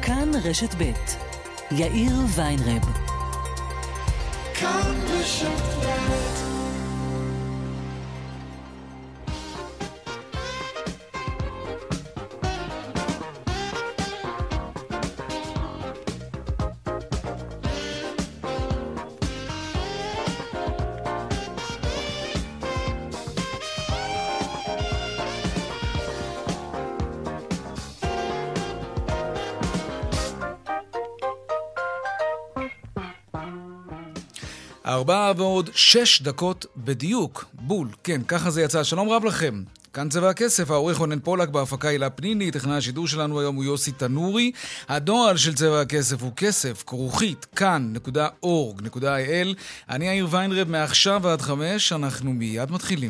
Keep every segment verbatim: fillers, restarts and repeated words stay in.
כאן רשת ב' יאיר ויינרב. כאן רשת ב'. ארבע ועוד שש דקות בדיוק, בול, כן, ככה זה יצא. שלום רב לכם. כאן צבע הכסף, העורך רונן פולק, בהפקה הילה פניני, טכנאי השידור שלנו היום הוא יוסי תנורי. הדואל של צבע הכסף הוא כסף, כרוכית, כאן נקודה אורג נקודה איי אל. אני יאיר ויינרב, מעכשיו ועד חמש, אנחנו מיד מתחילים.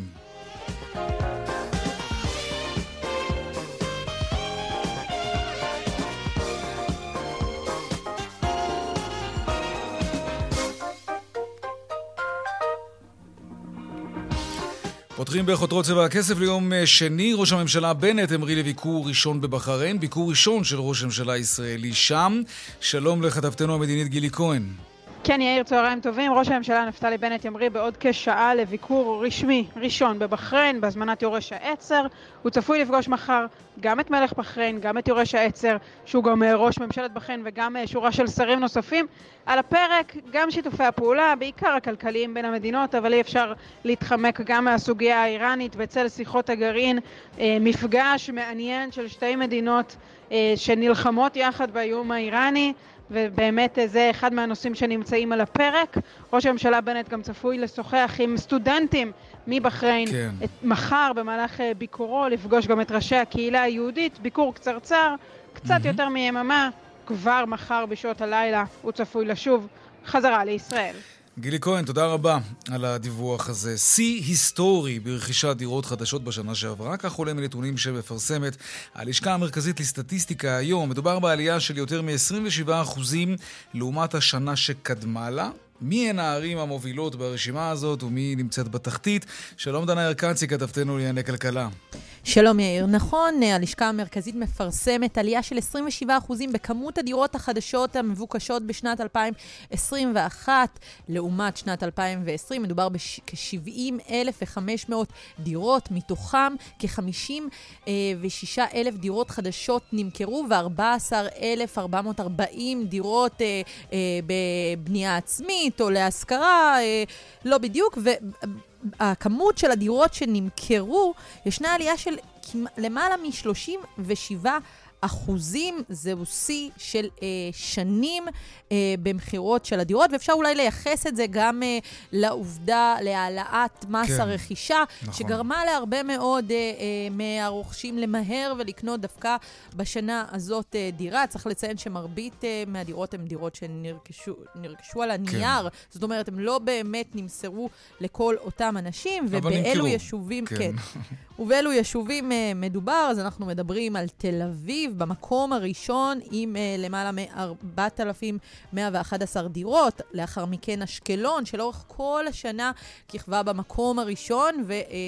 פותחים בחותרות צבע הכסף ליום שני. ראש הממשלה בנט המריא לביקור ראשון בבחריין, ביקור ראשון של ראש הממשלה ישראלי שם. שלום לכתבתנו המדינית גילי כהן. כן, יאיר, צהריים טובים. ראש הממשלה נפתלי בנט ימריא בעוד כשעה לביקור רשמי ראשון בבחריין, בהזמנת יורש העצר. הוא צפוי לפגוש מחר גם את מלך בחריין, גם את יורש העצר, שהוא גם ראש ממשלת בחריין, וגם שורה של שרים נוספים. על הפרק גם שיתופי הפעולה, בעיקר הכלכליים בין המדינות, אבל אי אפשר להתחמק גם מהסוגיה האיראנית. בצל שיחות הגרעין, מפגש מעניין של שתי מדינות שנלחמות יחד באיום האיראני, ובאמת זה אחד מהנושאים שנמצאים על הפרק. ראש הממשלה בנט גם צפוי לשוחח עם סטודנטים מבחריין כן. את מחר במהלך ביקורו, לפגוש גם את ראשי הקהילה היהודית, ביקור קצרצר, קצת mm-hmm. יותר מיממה, כבר מחר בשעות הלילה הוא צפוי לשוב חזרה לישראל. גילי כהן, תודה רבה על הדיווח הזה. שיא היסטורי ברכישת דירות חדשות בשנה שעברה, כך עולה מנתונים שמפרסמת הלשכה המרכזית לסטטיסטיקה היום. מדובר בעלייה של יותר מ-עשרים ושבעה אחוזים לעומת השנה שקדמה לה. מי הן הערים המובילות ברשימה הזאת ומי נמצאת בתחתית? שלום דנה ירקצי, כתבתנו לענייני כלכלה. שלום יאיר, נכון, הלשכה המרכזית מפרסמת עלייה של עשרים ושבעה אחוזים בכמות הדירות החדשות המבוקשות בשנת אלפיים עשרים ואחת לעומת שנת אלפיים ועשרים. מדובר בכ-שבעים אלף וחמש מאות דירות, מתוכם כ-חמישים ושישה אלף דירות חדשות נמכרו ו-ארבעה עשר אלף ארבע מאות וארבעים דירות אה, אה, בבנייה עצמית או להשכרה, אה, לא בדיוק, ו... הכמות של הדירות שנמכרו, ישנה עלייה של למעלה מ-שלושים ושבעה אחוזים. זהו שיא של אה, שנים אה, במחירות של הדירות, ואפשר אולי לייחס את זה גם אה, לעובדה, להעלאת מס כן, הרכישה, נכון. שגרמה להרבה מאוד אה, אה, מהרוכשים למהר ולקנות דווקא בשנה הזאת אה, דירה. צריך לציין שמרבית אה, מהדירות הן דירות שנרכשו נרכשו על הנייר, כן. זאת אומרת, הם לא באמת נמסרו לכל אותם אנשים, ובאלו יישובים, כן. כן. ובאלו יישובים uh, מדובר, אז אנחנו מדברים על תל אביב, במקום הראשון עם uh, למעלה מ-ארבעת אלפים מאה ואחת עשרה דירות, לאחר מכן אשקלון, שלאורך כל השנה כיכבה במקום הראשון,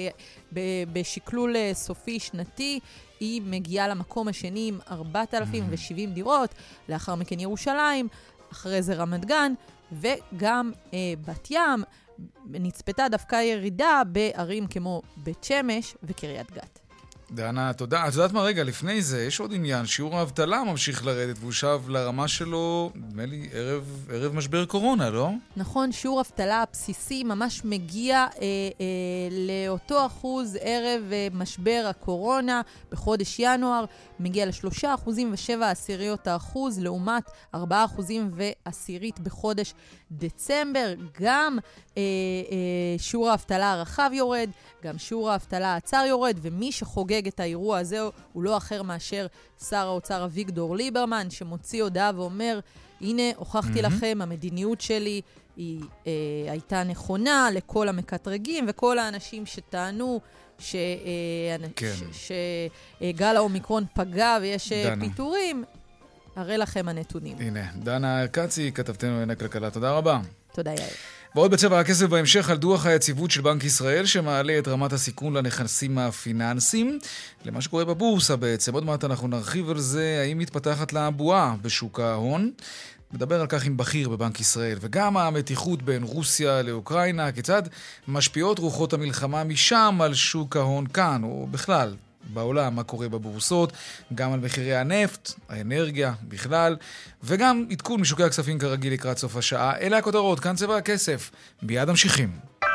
ובשקלול uh, סופי שנתי, היא מגיעה למקום השני עם ארבעת אלפים ושבעים דירות, לאחר מכן ירושלים, אחרי זה רמת גן, וגם uh, בת ים, נצפתה דווקא ירידה בערים כמו בית שמש וקריית גת. דנה, תודה. את יודעת מה, רגע, לפני זה, יש עוד עניין, שיעור האבטלה ממשיך לרדת, והוא שב לרמה שלו, נדמה לי, ערב, ערב משבר קורונה, לא? נכון, שיעור האבטלה הבסיסי ממש מגיע אה, אה, לאותו אחוז ערב אה, משבר הקורונה, בחודש ינואר, מגיע לשלושה אחוזים ושבע עשיריות האחוז, לעומת ארבעה אחוזים ועשירית בחודש דצמבר. גם אה, אה, שיעור האבטלה הרחב יורד, גם שיעור האבטלה הצר יורד, ומי שחוגג את האירוע הזה הוא לא אחר מאשר שר האוצר אביגדור ליברמן, שמוציא הודעה ואומר, הנה, הוכחתי mm-hmm. לכם, המדיניות שלי היא אה, הייתה נכונה לכל המקטרגים, וכל האנשים שטענו ש, אה, כן. ש, שגל האומיקרון פגע ויש דנה. פיתורים, הרי לכם הנתונים. הנה, דנה ירקצי, כתבתנו לענייני כלכלה. תודה רבה. תודה יאיר. ועוד בצבע הכסף בהמשך על דוח היציבות של בנק ישראל, שמעלה את רמת הסיכון לנכסים הפיננסיים, למה שקורה בבורסה בעצם. עוד מעט אנחנו נרחיב על זה, האם מתפתחת לה בועה בשוק ההון. מדבר על כך עם בכיר בבנק ישראל, וגם המתיחות בין רוסיה לאוקראינה, כיצד משפיעות רוחות המלחמה משם על שוק ההון כאן, או בכלל בעולם, מה קורה בבורסות, גם על מחירי הנפט, האנרגיה בכלל, וגם עדכון משוקי הכספים כרגיל לקראת סוף השעה. אלה הכותרות, כאן צבע הכסף. ביד ממשיכים.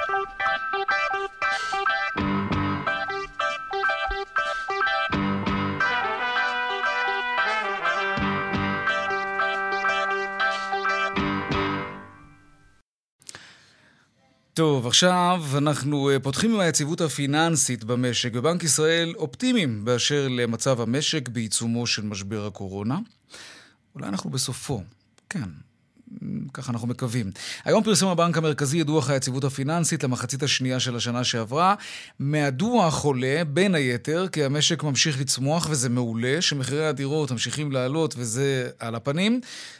טוב, עכשיו אנחנו פותחים עם היציבות הפיננסית במשק. בבנק ישראל אופטימיים באשר למצב המשק בעיצומו של משבר הקורונה. אולי אנחנו בסופו, כן, ככה אנחנו מקווים. היום פרסם הבנק המרכזי את דוח היציבות הפיננסית למחצית השנייה של השנה שעברה. מהדוח עולה, בין היתר, כי המשק ממשיך לצמוח וזה מעולה, שמחירי הדירות ממשיכים לעלות וזה על הפנים,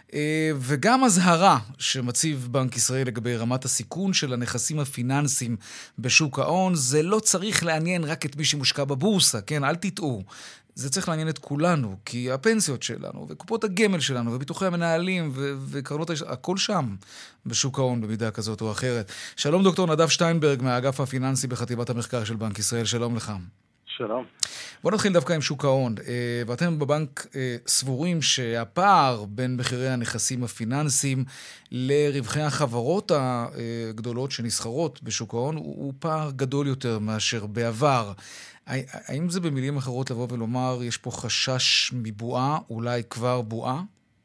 וגם הזהרה שמציב בנק ישראל לגבי רמת הסיכון של הנכסים הפיננסיים בשוק ההון. זה לא צריך לעניין רק את מי שמושקע בבורסה, כן? אל תטעו. זה צריך לעניין את כולנו, כי הפנסיות שלנו, וקופות הגמל שלנו, וביטוחי המנהלים, ו- וקרנות, הכל שם, בשוק ההון, במידה כזאת או אחרת. שלום דוקטור נדב שטיינברג, מהאגף הפיננסי בחטיבת המחקר של בנק ישראל, שלום לך. שלום. בוא נתחיל דווקא עם שוק ההון, ואתם בבנק סבורים שהפער בין מחירי הנכסים הפיננסיים לרווחי החברות הגדולות שנסחרות בשוק ההון, הוא פער גדול יותר מאשר בעבר. האם זה במילים אחרות לבוא ולומר, יש פה חשש מבועה, אולי כבר בועה?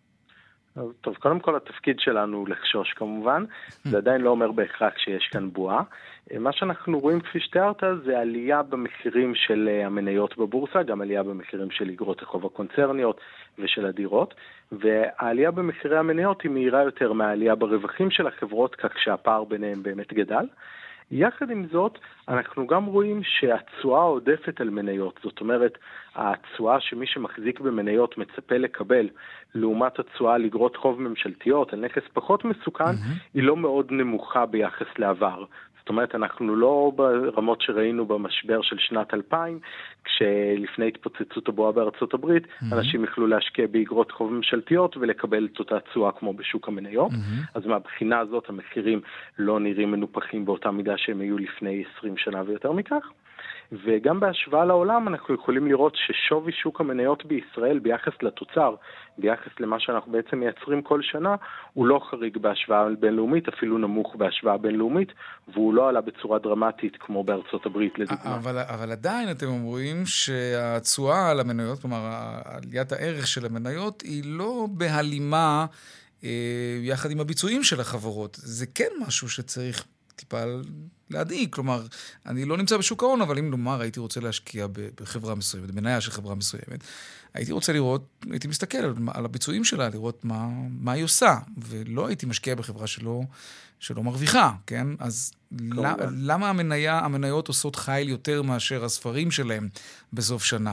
טוב, קודם כל התפקיד שלנו הוא לחשוש כמובן, זה עדיין לא אומר בהכרח שיש כאן בועה. מה שאנחנו רואים כפי שתיארת זה עלייה במחירים של המניות בבורסה, גם עלייה במחירים של אגרות החוב הקונצרניות ושל הדירות, והעלייה במחירי המניות היא מהירה יותר מהעלייה ברווחים של החברות, כך שהפער ביניהם באמת גדל. יחד עם זאת, אנחנו גם רואים שהתשואה העודפת על מניות, זאת אומרת, התשואה שמי שמחזיק במניות מצפה לקבל, לעומת התשואה על אגרות חוב ממשלתיות, על נכס פחות מסוכן, mm-hmm. היא לא מאוד נמוכה ביחס לעבר. זאת אומרת, אנחנו לא ברמות שראינו במשבר של שנת אלפיים, כשלפני התפוצצות הבועה בארצות הברית, mm-hmm. אנשים יכלו להשקיע באגרות חוב ממשלתיות ולקבל את אותה תשואה כמו בשוק המניות. Mm-hmm. אז מהבחינה הזאת המחירים לא נראים מנופחים באותה מידה שהם היו לפני עשרים שנה ויותר מכך. וגם בהשוואה לעולם אנחנו יכולים לראות ששווי שוק המניות בישראל ביחס לתוצר, ביחס למה שאנחנו בעצם מייצרים כל שנה, הוא לא חריג בהשוואה בינלאומית, אפילו נמוך בהשוואה בינלאומית, והוא לא עלה בצורה דרמטית כמו בארצות הברית לדוגמה. אבל, אבל עדיין אתם אומרים שהתשואה על המניות, כלומר עליית הערך של המניות, היא לא בהלימה אה, יחד עם הביצועים של החברות. זה כן משהו שצריך טיפה להדאיג, כלומר, אני לא נמצא בשוק ההון, אבל אם נאמר, הייתי רוצה להשקיע בחברה מסוימת, במניה של חברה מסוימת, הייתי רוצה לראות, הייתי מסתכל על, על הביצועים שלה, לראות מה, מה היא עושה, ולא הייתי משקיע בחברה שלא, שלא מרוויחה, כן? אז למה, למה המניה, המניות עושות חייל יותר מאשר הספרים שלהם בסוף שנה?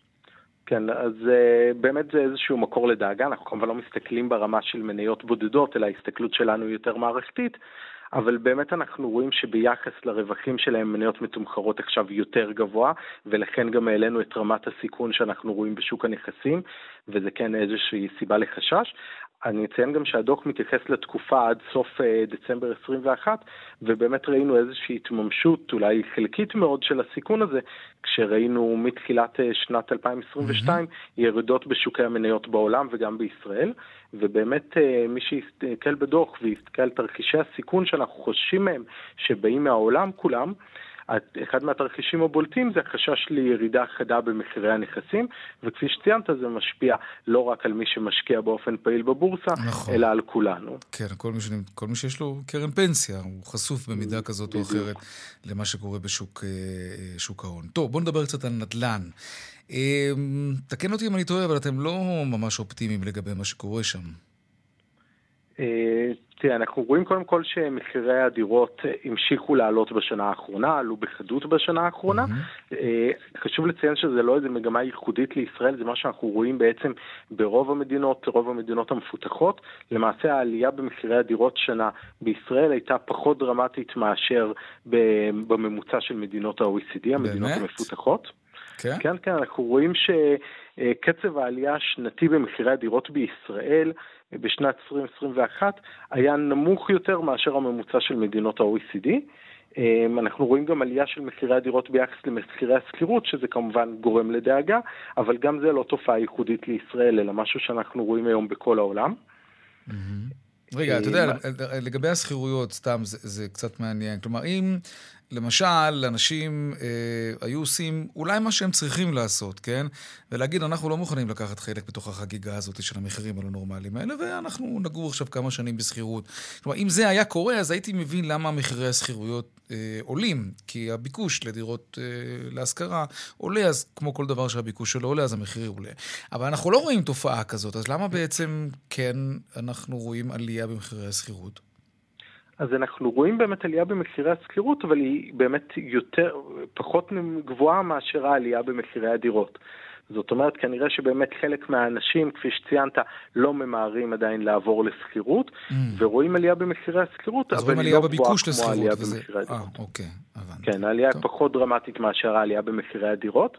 כן, אז uh, באמת זה איזשהו מקור לדאגה, אנחנו כמובן לא מסתכלים ברמה של מניות בודדות, אלא ההסתכלות שלנו היא יותר מערכתית, אבל באמת אנחנו רואים שביחס לרווחים שלהם מניות מתומחרות עכשיו יותר גבוה, ולכן גם העלינו את רמת הסיכון שאנחנו רואים בשוק הנכסים, וזה כן איזושהי סיבה לחשש. אני אציין גם שהדוח מתייחס לתקופה עד סוף דצמבר עשרים ואחת, ובאמת ראינו איזושהי התממשות, אולי חלקית מאוד של הסיכון הזה, כשראינו מתחילת שנת אלפיים עשרים ושתיים mm-hmm. ירידות בשוקי המניות בעולם וגם בישראל, ובאמת מי שיסתכל בדוח ויסתכל על תרחישי הסיכון שאנחנו חוששים מהם, שבאים מהעולם כולם, אחד מהתרחישים הבולטים זה החשש לירידה חדה במחירי הנכסים, וכפי שציינת זה משפיע לא רק על מי שמשקיע באופן פעיל בבורסה, נכון. אלא על כולנו. כן, כל מי, ש... כל מי שיש לו קרן פנסיה, הוא חשוף במידה כזאת בדיוק. או אחרת למה שקורה בשוק שוק ההון. טוב, בואו נדבר קצת על נדל"ן. תקן אותי אם אני טועה, אבל אתם לא ממש אופטימיים לגבי מה שקורה שם. תראה, אנחנו רואים קודם כל שמחירי הדירות המשיכו לעלות בשנה האחרונה, עלו בחדות בשנה האחרונה. Mm-hmm. חשוב לציין שזה לא איזו מגמה ייחודית לישראל, זה מה שאנחנו רואים בעצם ברוב המדינות, רוב המדינות המפותחות. למעשה העלייה במחירי הדירות שנה בישראל הייתה פחות דרמטית מאשר בממוצע של מדינות ה-או אי סי די, המדינות באמת? המפותחות. כן? כן, כן, אנחנו רואים שקצב העלייה השנתי במחירי הדירות בישראל בשנת עשרים עשרים ואחת היה נמוך יותר מאשר הממוצע של מדינות ה-או אי סי די. אנחנו רואים גם עלייה של מחירי הדירות ביחס למחירי הסחירות, שזה כמובן גורם לדאגה, אבל גם זה לא תופעה ייחודית לישראל, אלא משהו שאנחנו רואים היום בכל העולם. רגע, אתה יודע, לגבי הסחירויות, סתם, זה קצת מעניין. כלומר, אם למשל, אנשים אה, היו עושים אולי מה שהם צריכים לעשות, כן? ולהגיד, אנחנו לא מוכנים לקחת חלק בתוך החגיגה הזאת של המחירים הלא נורמליים האלה, ואנחנו נגור עכשיו כמה שנים בסחירות. כלומר, אם זה היה קורה, אז הייתי מבין למה מחירי הסחירויות אה, עולים, כי הביקוש לדירות אה, להשכרה עולה, אז כמו כל דבר שהביקוש שלו עולה, אז המחיר עולה. אבל אנחנו לא רואים תופעה כזאת, אז למה בעצם כן אנחנו רואים עלייה במחירי הסחירות? אז אנחנו רואים באמת עלייה במחירי הסחירות, אבל היא באמת יותר, פחות גבוהה מאשר העלייה במחירי הדירות. זאת אומרת, כנראה שבאמת חלק מהאנשים, כפי שציינת, לא ממהרים עדיין לעבור לסחירות, mm. ורואים עלייה במחירי הסחירות, אבל היא לא גבוהה כמו העלייה וזה... במחירי הדירות. אה, אוקיי, הבנתי. כן, העלייה טוב. פחות דרמטית מאשר העלייה במחירי הדירות.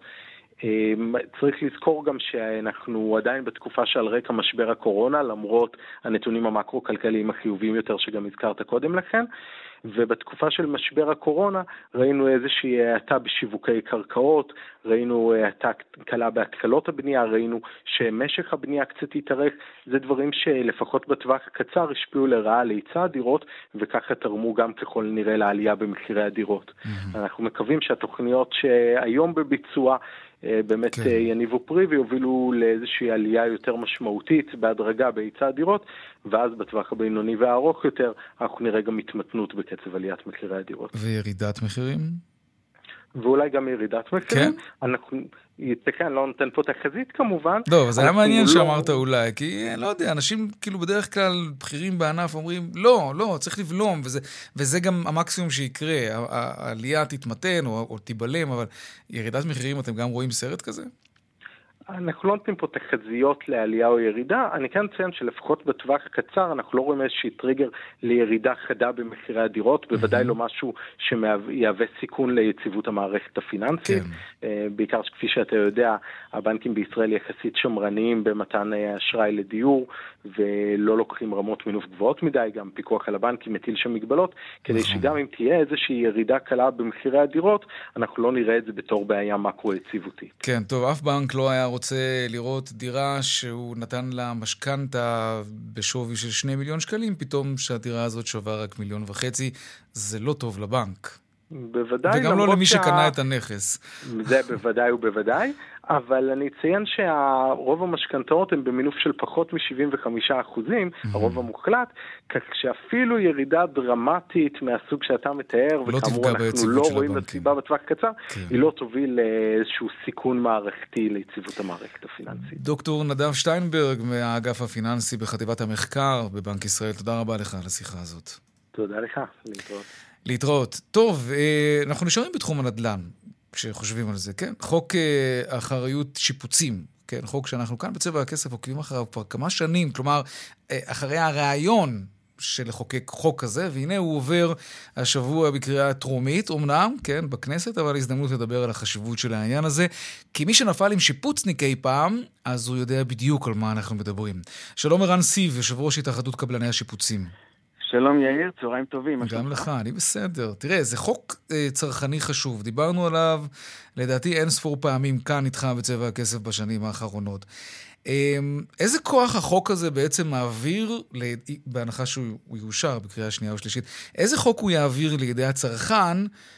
צריך לזכור גם שאנחנו עדיין בתקופה שעל רקע משבר הקורונה, למרות הנתונים המקרו-כלכליים החיוביים יותר שגם הזכרת קודם לכן, ובתקופה של משבר הקורונה ראינו איזושהי האטה בשיווקי קרקעות, ראינו האטה קלה בהתחלות הבנייה, ראינו שמשך הבנייה קצת התארך, זה דברים שלפחות בטווח הקצר השפיעו לרעה להיצע הדירות, וככה תרמו גם ככל נראה לעלייה במחירי הדירות. Mm-hmm. אנחנו מקווים שהתוכניות שהיום בביצוע באמת כן. יניבו פרי ויובילו לאיזושהי עלייה יותר משמעותית בהדרגה בהיצע הדירות, ואז בטווח הבינוני והארוך יותר אנחנו נראה גם התמתנות בקצב עליית מחירי הדירות. וירידת מחירים? ואולי גם ירידת מחירים. כן? אנחנו, כן, לא נותן פה תחזית כמובן. לא, זה היה מעניין לא... שאמרת אולי, כי לא יודע, אנשים כאילו בדרך כלל בכירים בענף אומרים, לא, לא, צריך לבלום, וזה, וזה גם המקסימום שיקרה, העלייה תתמתן או, או תיבלם, אבל ירידת מחירים, אתם גם רואים סרט כזה? אנחנו לא נותנים פה תחזיות לעלייה או ירידה, אני כן מציין שלפחות בטווח הקצר אנחנו לא רואים איזושהי טריגר לירידה חדה במחירי הדירות, בוודאי לא משהו שיהווה סיכון ליציבות המערכת הפיננסית, בעיקר כפי שאתה יודע, הבנקים בישראל יחסית שמרניים במתן אשראי לדיור, ולא לוקחים רמות מינוף גבוהות מדי, גם פיקוח על הבנקים מטיל שם מגבלות, כדי שגם אם תהיה איזושהי ירידה קלה במחירי הדירות, אנחנו לא נראה את זה בתור בעיה מקרו-יציבותית. כן, טוב, אף בנק לא היה רוצה לראות דירה שהוא נתן לה משכנתה בשווי של שני מיליון שקלים, פתאום שהדירה הזאת שווה רק מיליון וחצי, זה לא טוב לבנק. בוודאי. וגם לא למי שה... שקנה את הנכס. זה בוודאי ובוודאי, אבל אני אציין שהרוב המשכנתאות הן במינוף של פחות מ-שבעים וחמישה אחוזים, הרוב המוחלט, כך שאפילו ירידה דרמטית מהסוג שאתה מתאר, לא וכאמור אנחנו לא רואים לסיבה בטווח קצר, כן. היא לא תוביל לאיזשהו סיכון מערכתי ליציבות המערכת הפיננסית. דוקטור נדב שטיינברג מהאגף הפיננסי בחטיבת המחקר בבנק ישראל, תודה רבה לך על השיחה הזאת. תודה לך, להתראות. להתראות. טוב, אנחנו נשארים בתחום הנדל"ן, כשחושבים על זה, כן? חוק אחריות שיפוצים, כן? חוק שאנחנו כאן בצבע הכסף עוקבים אחריו כבר כמה שנים, כלומר, אחרי הרעיון של לחוקק חוק כזה, והנה הוא עובר השבוע בקריאה טרומית, אמנם, כן, בכנסת, אבל הזדמנות לדבר על החשיבות של העניין הזה, כי מי שנפל עם שיפוצניק אי פעם, אז הוא יודע בדיוק על מה אנחנו מדברים. שלום ערן סיב, יושב ראש התאחדות קבלני השיפוצים. שלום יאיר, צהריים טובים. גם לך, אני בסדר. תראה, זה חוק אה, צרכני חשוב. דיברנו עליו, לדעתי, אין ספור פעמים כאן איתך בצבע הכסף בשנים האחרונות. אה, איזה כוח החוק הזה בעצם מעביר, בהנחה שהוא יאושר בקריאה שנייה או שלישית, איזה חוק הוא יעביר לידי הצרכן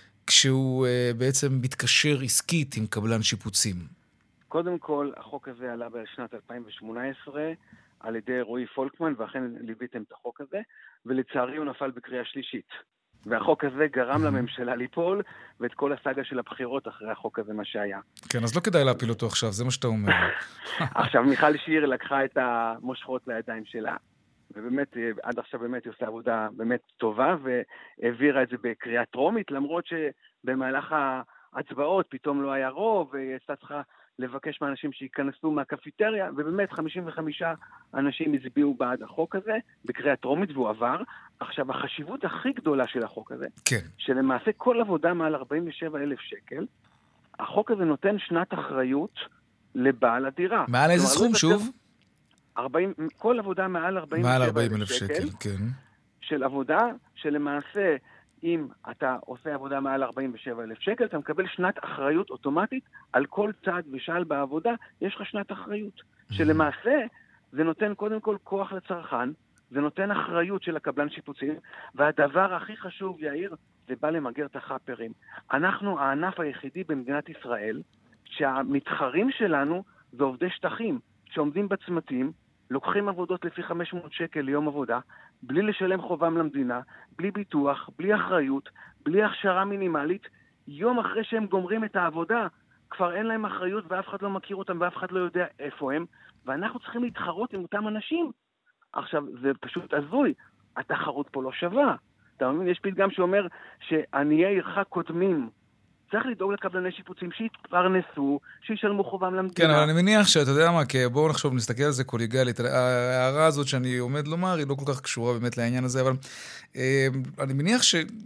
כשהוא אה, בעצם מתקשר עסקית עם קבלן שיפוצים? קודם כל, החוק הזה עלה בשנת אלפיים שמונה עשרה, על ידי רועי פולקמן, ואכן ליוויתם את החוק הזה, ולצערי הוא נפל בקריאה שלישית. והחוק הזה גרם לממשלה ליפול, ואת כל הסאגה של הבחירות אחרי החוק הזה, מה שהיה. כן, אז לא כדאי להפיל אותו עכשיו, זה מה שאתה אומר. עכשיו, מיכל שיר לקחה את המושכות לידיים שלה. ובאמת, עד עכשיו באמת היא עושה עבודה באמת טובה, והעבירה את זה בקריאה טרומית, למרות שבמהלך ההצבעות פתאום לא היה רוב, והיא הייתה צריכה לבקש מאנשים שיכנסו מהקפיטריה, ובאמת חמישים וחמישה אנשים הצביעו בעד החוק הזה, בקריאה טרומית, והוא עבר. עכשיו, החשיבות הכי גדולה של החוק הזה, כן. שלמעשה כל עבודה מעל ארבעים ושבעה אלף שקל, החוק הזה נותן שנת אחריות לבעל הדירה. מעל איזה סכום שוב? ארבעים, כל עבודה מעל ארבעים אלף שקל, כן. של עבודה שלמעשה, אם אתה עושה עבודה מעל ארבעים ושבעה אלף שקל, אתה מקבל שנת אחריות אוטומטית על כל צעד ושעל בעבודה, יש לך שנת אחריות. שלמעשה, זה נותן קודם כל כוח לצרכן, זה נותן אחריות של הקבלן שיפוצים, והדבר הכי חשוב, יאיר, זה בא למגר את החאפרים. אנחנו הענף היחידי במדינת ישראל, שהמתחרים שלנו זה עובדי שטחים, שעומדים בצמתים, לוקחים עבודות לפי חמש מאות שקל ליום עבודה, בלי לשלם חובם למדינה, בלי ביטוח, בלי אחריות, בלי הכשרה מינימלית. יום אחרי שהם גומרים את העבודה, כבר אין להם אחריות ואף אחד לא מכיר אותם ואף אחד לא יודע איפה הם, ואנחנו צריכים להתחרות עם אותם אנשים. עכשיו, זה פשוט הזוי. התחרות פה לא שווה. אתה מבין? יש פתגם שאומר שעניי עירך קודמים. צריך לדאוג לקבלני שיפוצים שיתפרנסו, שישלמו חובם למדינה. כן, אבל אני מניח שאתה יודע מה, כי בואו נחשוב, נסתכל על זה קוליגלית. ההערה הזאת שאני עומד לומר היא לא כל כך קשורה באמת לעניין הזה, אבל אה, אני מניח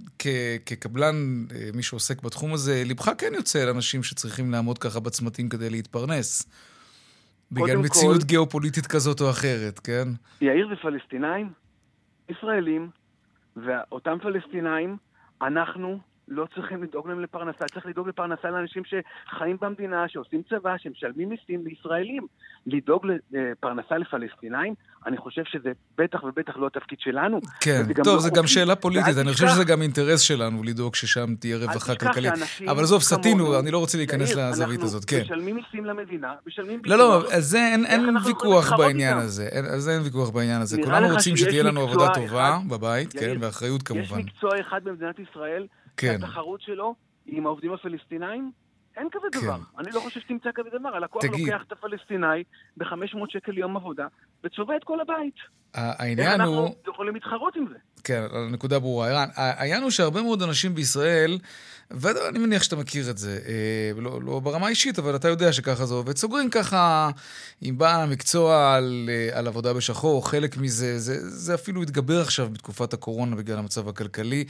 שכקבלן, אה, מי שעוסק בתחום הזה, לבך כן יוצא לאנשים שצריכים לעמוד ככה בצמתים כדי להתפרנס. בגלל מציאות גיאופוליטית כזאת או אחרת, כן? יאיר זה פלסטינאים, ישראלים, ואותם פלסטינאים, אנחנו לא צריכים לדאוג להם לפרנסה, צריך לדאוג לפרנסה לאנשים שחיים במדינה, שעושים צבא, שמשלמים מיסים לישראלים. לדאוג לפרנסה לפלסטינאים, אני חושב שזה בטח ובטח לא התפקיד שלנו. כן, טוב, זה גם שאלה פוליטית, אני חושב שזה גם אינטרס שלנו לדאוג ששם תהיה רווחה כלכלית. אבל עזוב, סתינו, אני לא רוצה להיכנס לזווית הזאת, כן. אנחנו משלמים מיסים למדינה, משלמים ביטוח. לא, לא, אז זה אין ויכוח בעניין הזה, אז אין ויכוח בעניין הזה. כולנו רוצים שתהיה לנו עבודה טובה בבית, כן, ואחריות כמובן. יש מקצוע אחד במדינת ישראל שהתחרות שלו עם העובדים הפלסטינאים, אין כזה דבר. אני לא חושב שתמצא כזה דבר. הלקוח לוקח את הפלסטינאי ב-חמש מאות שקל יום עבודה, וצובע את כל הבית. העניין הוא... אנחנו יכולים להתחרות עם זה. כן, הנקודה ברורה. ערן, העניין הוא שהרבה מאוד אנשים בישראל, ואני מניח שאתה מכיר את זה, לא, לא ברמה אישית, אבל אתה יודע שככה זה עובד. סוגרים ככה עם בעל המקצוע על, על עבודה בשחור, חלק מזה, זה, זה אפילו התגבר עכשיו בתקופת הקורונה בגלל המצב הכלכלי.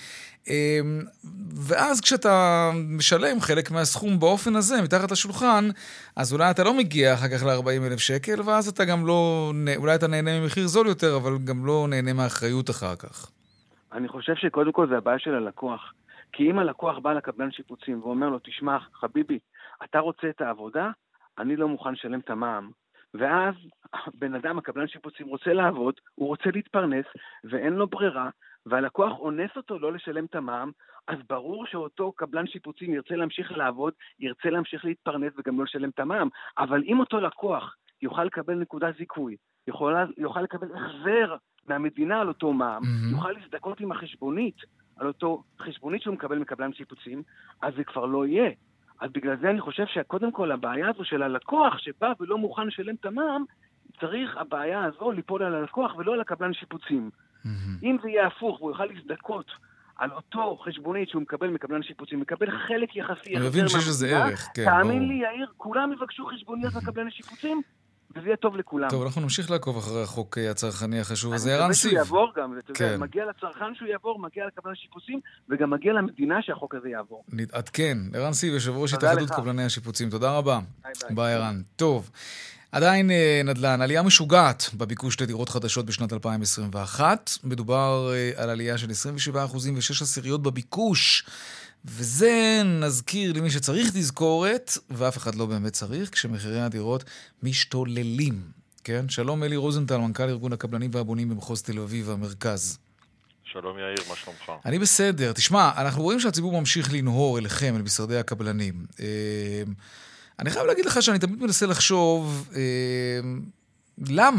ואז כשאתה משלם חלק מהסכום באופן הזה, מתחת לשולחן, אז אולי אתה לא מגיע אחר כך ל-ארבעים אלף שקל, ואז אתה גם לא, אולי אתה נהנה ממחיר זול יותר, אבל גם לא נהנה מהאחריות אחר כך. אני חושב שקודם כל זה הבעיה של הלקוח. כי אם הלקוח בא לקבלן שיפוצים ואומר לו, תשמע, חביבי, אתה רוצה את העבודה? אני לא מוכן לשלם את המע"מ. ואז בן אדם, הקבלן שיפוצים, רוצה לעבוד, הוא רוצה להתפרנס, ואין לו ברירה, והלקוח אונס אותו לא לשלם את המע"מ, אז ברור שאותו קבלן שיפוצים ירצה להמשיך לעבוד, ירצה להמשיך להתפרנס וגם לא לשלם את המע"מ. אבל אם אותו לקוח יוכל לקבל נקודה זיכוי, יוכל, יוכל לקבל החזר מהמדינה על אותו מע"מ, mm-hmm. יוכל להזדכות עם החשבונית, על אותו חשבונית שהוא מקבל מקבלן שיפוצים, אז זה כבר לא יהיה. אז בגלל זה אני חושב שקודם כל הבעיה הזו של הלקוח שבא ולא מוכן לשלם את המע"מ, צריך הבעיה הזו ליפול על הלקוח ולא על הקבלן שיפוצים. Mm-hmm. אם זה יהיה הפוך והוא יוכל להזדכות על אותו חשבונית שהוא מקבל מקבלן שיפוצים, מקבל חלק יחסי אני מבין שיש לזה ערך, כן. תאמין לי, יאיר, כולם יבקשו חשבוניות מקבלן שיפוצים, וזה יהיה טוב לכולם. טוב, אנחנו נמשיך לעקוב אחרי החוק הצרכני החשוב הזה. ערן סיב. אני מקווה שהוא יעבור גם, כן. מגיע לצרכן שהוא יעבור, מגיע לקבלן השיפוצים, וגם מגיע למדינה שהחוק הזה יעבור. נתעדכן. ערן סיב, יושב ראש התאחדות קבלני השיפוצים. תודה רבה. ביי ביי. ביי ערן. טוב. עדיין נדל"ן, עלייה משוגעת בביקוש לדירות חדשות בשנת אלפיים עשרים ואחת. מדובר על עלייה של עשרים ושבעה אחוזים ושש עשיריות בביקוש. וזה נזכיר למי שצריך תזכורת, ואף אחד לא באמת צריך, כשמחירי הדירות משתוללים. כן? שלום אלי רוזנטל, מנכ"ל ארגון הקבלנים והבונים במחוז תל אביב והמרכז. שלום יאיר, מה שלומך? אני בסדר. תשמע, אנחנו רואים שהציבור ממשיך לנהור אליכם, אל משרדי הקבלנים. אני חייב להגיד לך שאני תמיד מנסה לחשוב, למה?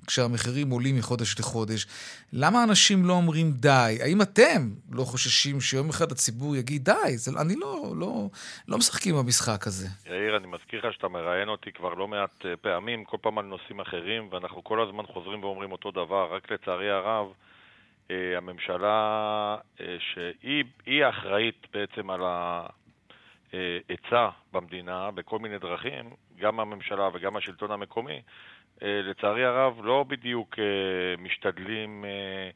כשהמחירים עולים מחודש לחודש. למה אנשים לא אומרים די? האם אתם לא חוששים שיום אחד הציבור יגיד די? זה, אני לא, לא, לא משחקים במשחק הזה. יאיר, אני מזכיר לך שאתה מראיין אותי כבר לא מעט פעמים, כל פעם על נושאים אחרים, ואנחנו כל הזמן חוזרים ואומרים אותו דבר, רק לצערי הרב, הממשלה שהיא אחראית בעצם על ההיצע במדינה בכל מיני דרכים, גם הממשלה וגם השלטון המקומי, לצערי הרב לא בדיוק משתדלים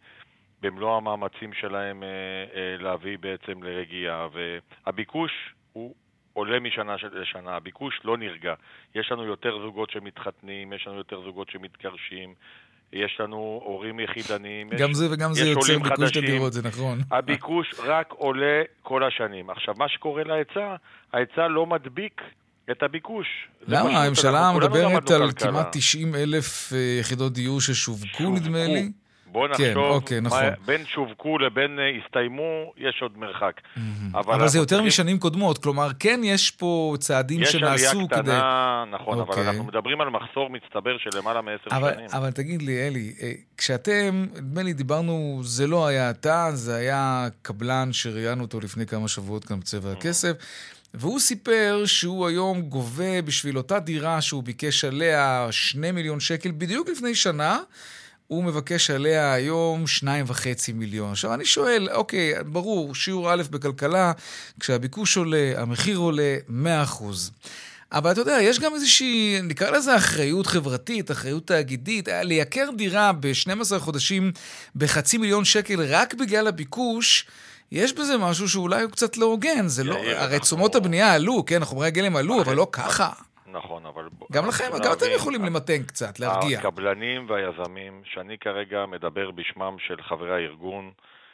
במלוא המאמצים שלהם להביא בעצם לרגיעה, והביקוש הוא עולה משנה לשנה, הביקוש לא נרגע. יש לנו יותר זוגות שמתחתנים, יש לנו יותר זוגות שמתגרשים, יש לנו הורים יחידניים, גם יש, זה וגם זה יוצר ביקוש לדירות, זה נכון. הביקוש רק עולה כל השנים. עכשיו, מה שקורה להיצע, ההיצע לא מדביק את הביקוש. למה? הממשלה מדברת על כמעט תשעים אלף יחידות דיור ששווקו, נדמה לי. בוא נחשוב, כן, אוקיי, נכון. מה, בין שווקו לבין הסתיימו, יש עוד מרחק. Mm-hmm. אבל, אבל זה יותר צריכים... משנים קודמות, כלומר, כן יש פה צעדים יש שנעשו כדי... יש עלייה קטנה, כדי... נכון, אוקיי. אבל אנחנו מדברים על מחסור מצטבר של למעלה מעשר אבל, שנים. אבל תגיד לי, אלי, כשאתם, נדמה לי, דיברנו, זה לא היה אתה, זה היה קבלן שראיינו אותו לפני כמה שבועות כאן בצבע הכסף, והוא סיפר שהוא היום גובה בשביל אותה דירה שהוא ביקש עליה שני מיליון שקל, בדיוק לפני שנה, הוא מבקש עליה היום שניים וחצי מיליון. עכשיו אני שואל, אוקיי, ברור, שיעור א' בכלכלה, כשהביקוש עולה, המחיר עולה מאה אחוז. אבל אתה יודע, יש גם איזושהי, נקרא לזה אחריות חברתית, אחריות תאגידית, לייקר דירה ב-שנים עשר חודשים בחצי מיליון שקל רק בגלל הביקוש, יש בזה משהו שאולי הוא קצת לא הוגן. זה לא, הרי תשומות הבנייה עלו, כן, חומרי הגלם עלו, אבל לא ככה. נכון, אבל... גם לכם, גם אתם יכולים למתן קצת, להרגיע. הקבלנים והיזמים, שאני כרגע מדבר בשמם של חברי הארגון,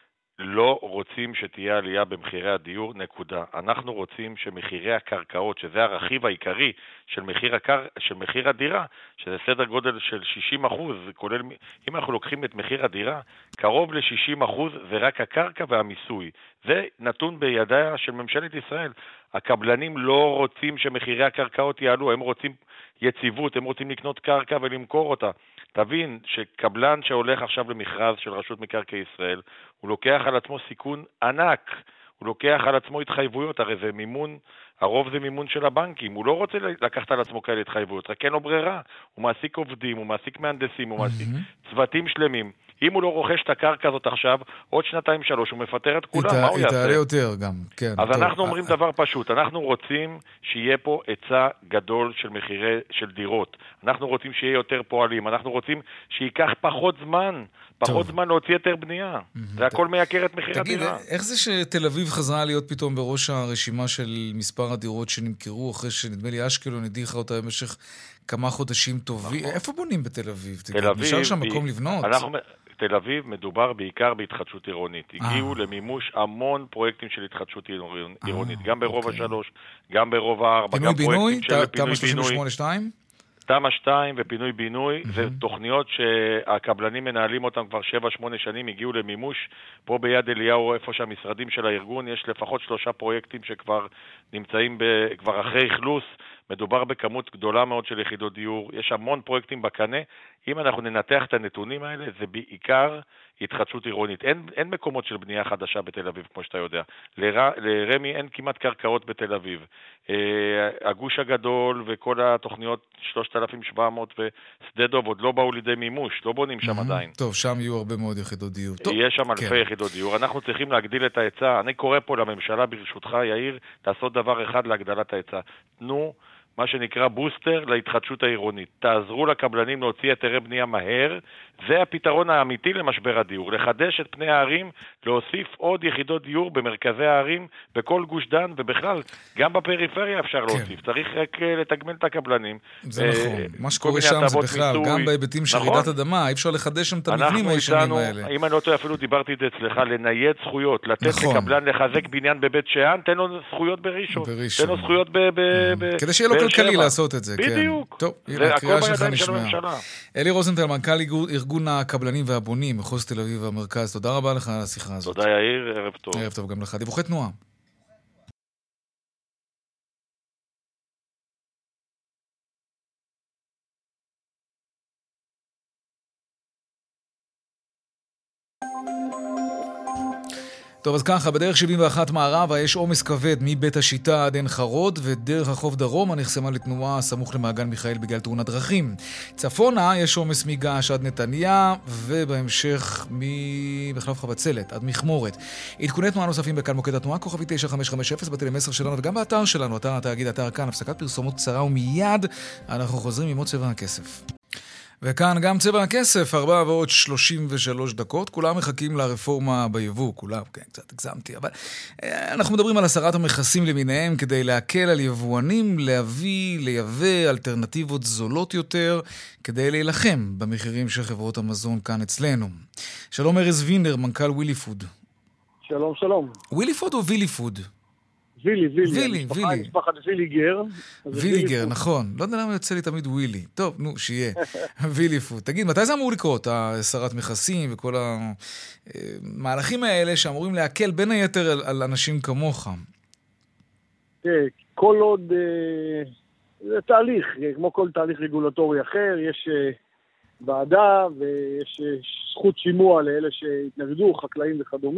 לא רוצים שתהיה עלייה במחירי הדיור, נקודה. אנחנו רוצים שמחירי הקרקעות, שזה הרכיב העיקרי של מחיר, הקר... של מחיר הדירה, שזה סדר גודל של שישים אחוז, כולל, אם אנחנו לוקחים את מחיר הדירה, קרוב ל-שישים אחוז זה רק הקרקע והמיסוי. זה נתון בידיה של ממשלת ישראל. הקבלנים לא רוצים שמחירי הקרקעות יעלו, הם רוצים יציבות, הם רוצים לקנות קרקע ולמכור אותה. תבין שקבלן שהולך עכשיו למכרז של רשות מקרקעי ישראל, הוא לוקח על עצמו סיכון ענק, הוא לוקח על עצמו התחייבויות, הרי זה מימון, הרוב זה מימון של הבנקים, הוא לא רוצה לקחת על עצמו כאלה התחייבויות, רק אין לו ברירה, הוא מעסיק עובדים, הוא מעסיק מהנדסים, הוא מעסיק צוותים שלמים. אם הוא לא רוכש את הקרקע הזאת עכשיו, עוד שנתיים שלוש, הוא מפטר את כולם, מה הוא יעשה? יתעלה יותר גם, כן. אז אנחנו אומרים דבר פשוט, אנחנו רוצים שיהיה פה היצע גדול של מחירי, של דירות. אנחנו רוצים שיהיה יותר פועלים, אנחנו רוצים שייקח פחות זמן, פחות זמן להוציא יותר בנייה. זה הכל מייקר את מחיר הדירה. תגיד, איך זה שתל אביב חזרה להיות פתאום בראש הרשימה של מספר הדירות שנמכרו, אחרי שנדמה לי אשקלון הדיחה אותה במשך כמה חודשים טובים? איפה בונים בתל אביב? תל אביב, נשאר שם מקום לבנות? תל אביב מדובר בעיקר בהתחדשות עירונית. הגיעו למימוש המון פרויקטים של התחדשות עירונית, גם ברובע שלוש, גם ברובע ארבע, גם פרויקטים של פינוי בינוי. תמ"א שתיים ופינוי בינוי, זה תוכניות שהקבלנים מנהלים אותם כבר שבע שמונה שנים, הגיעו למימוש. פה ביד אליהו, איפה שהמשרדים של הארגון, יש לפחות שלושה פרויקטים שכבר נמצאים כבר אחרי אכלוס. מדובר בכמות גדולה מאוד של יחידות דיור, יש המון פרויקטים בקנה. אם אנחנו ננתח את הנתונים האלה, זה בעיקר התחדשות עירונית. אין, אין מקומות של בנייה חדשה בתל אביב, כמו שאתה יודע. לר, לרמי אין כמעט קרקעות בתל אביב. אה, הגוש הגדול וכל התוכניות שלושת אלפים שבע מאות ושדה דוב עוד לא באו לידי מימוש, לא בונים שם עדיין. טוב, שם יהיו הרבה מאוד יחידות דיור. טוב, יש שם אלפי כן. יחידות דיור. אנחנו צריכים להגדיל את ההיצע. אני קורא פה לממשלה ברשותך, יאיר, לעשות דבר אחד להגדלת ההיצע. תנו מה שנקרא בוסטר להתחדשות העירונית. תעזרו לקבלנים להוציא היתרי בנייה מהר, זה הפתרון האמיתי למשבר הדיור. לחדש את פני הערים, להוסיף עוד יחידות דיור במרכזי הערים, בכל גוש דן, ובכלל, גם בפריפריה אפשר כן. להוסיף. צריך רק לתגמל את הקבלנים. זה נכון. מה שקורה שם זה בכלל, מיסוי. גם בהיבטים של רעידת נכון. אדמה, אי אפשר לחדש שם את המבנים הישנים האלה. אם אני לא טועה, אפילו דיברתי את זה אצלך, לנייד זכויות, לתת נכון. לקבלן לחזק בניין בבית שאן, תן לו זכויות בראשון. בראשון. תן לו זכויות ב... ב... ב... כדי שיהיה לו כלכלי לעשות את זה. בדיוק. טוב, הנה, הקריאה שלך נשמעה. אלי רוזנטל, מנכ"ל ארגון הקבלנים והבונים, מחוז תל אביב והמרכז. תודה רבה לך על השיחה הזאת. תודה יאיר, ערב טוב. ערב טוב גם לך. דיווחי תנועה. טוב, אז ככה, בדרך שבעים ואחת מערבה יש עומס כבד מבית השיטה עד עין חרוד, ודרך החוף דרומה נחסמה לתנועה סמוך למעגן מיכאל בגלל תאונת דרכים. צפונה יש עומס מגעש עד נתניה, ובהמשך מחלף חבצלת עד מכמורת. עדכוני תנועה נוספים בכאן מוקד התנועה, כוכבי תשע חמש חמש אפס בטלמסר שלנו, וגם באתר שלנו, אתר התאגיד, אתר כאן, הפסקת פרסומות קצרה, ומיד אנחנו חוזרים עם עוד צבע הכסף. וכאן גם צבע הכסף, ארבע ועוד שלושים ושלוש דקות, כולם מחכים לרפורמה ביבוא, כולם, כן, קצת הגזמתי, אבל אנחנו מדברים על הסרת המכסים למיניהם כדי להקל על יבואנים, להביא, לייבא אלטרנטיבות זולות יותר, כדי להילחם במחירים של חברות המזון כאן אצלנו. שלום ארז וינר, מנכ"ל ווילי פוד. שלום, שלום. ווילי פוד או וילי פוד? וילי, וילי. וילי, וילי. משפחת ויליגר. ויליגר, נכון. לא יודע למה יוצא לי תמיד ווילי. טוב, נו, שיהיה. וילי פוד. תגיד, מתי זה אמור לקרות, הסרת מכסים וכל המהלכים האלה שאמורים להקל בין היתר על, על אנשים כמוך? כל עוד, זה תהליך, כמו כל תהליך רגולטורי אחר, יש ועדה ויש זכות שימוע לאלה שהתנגדו, חקלאים וכדומה,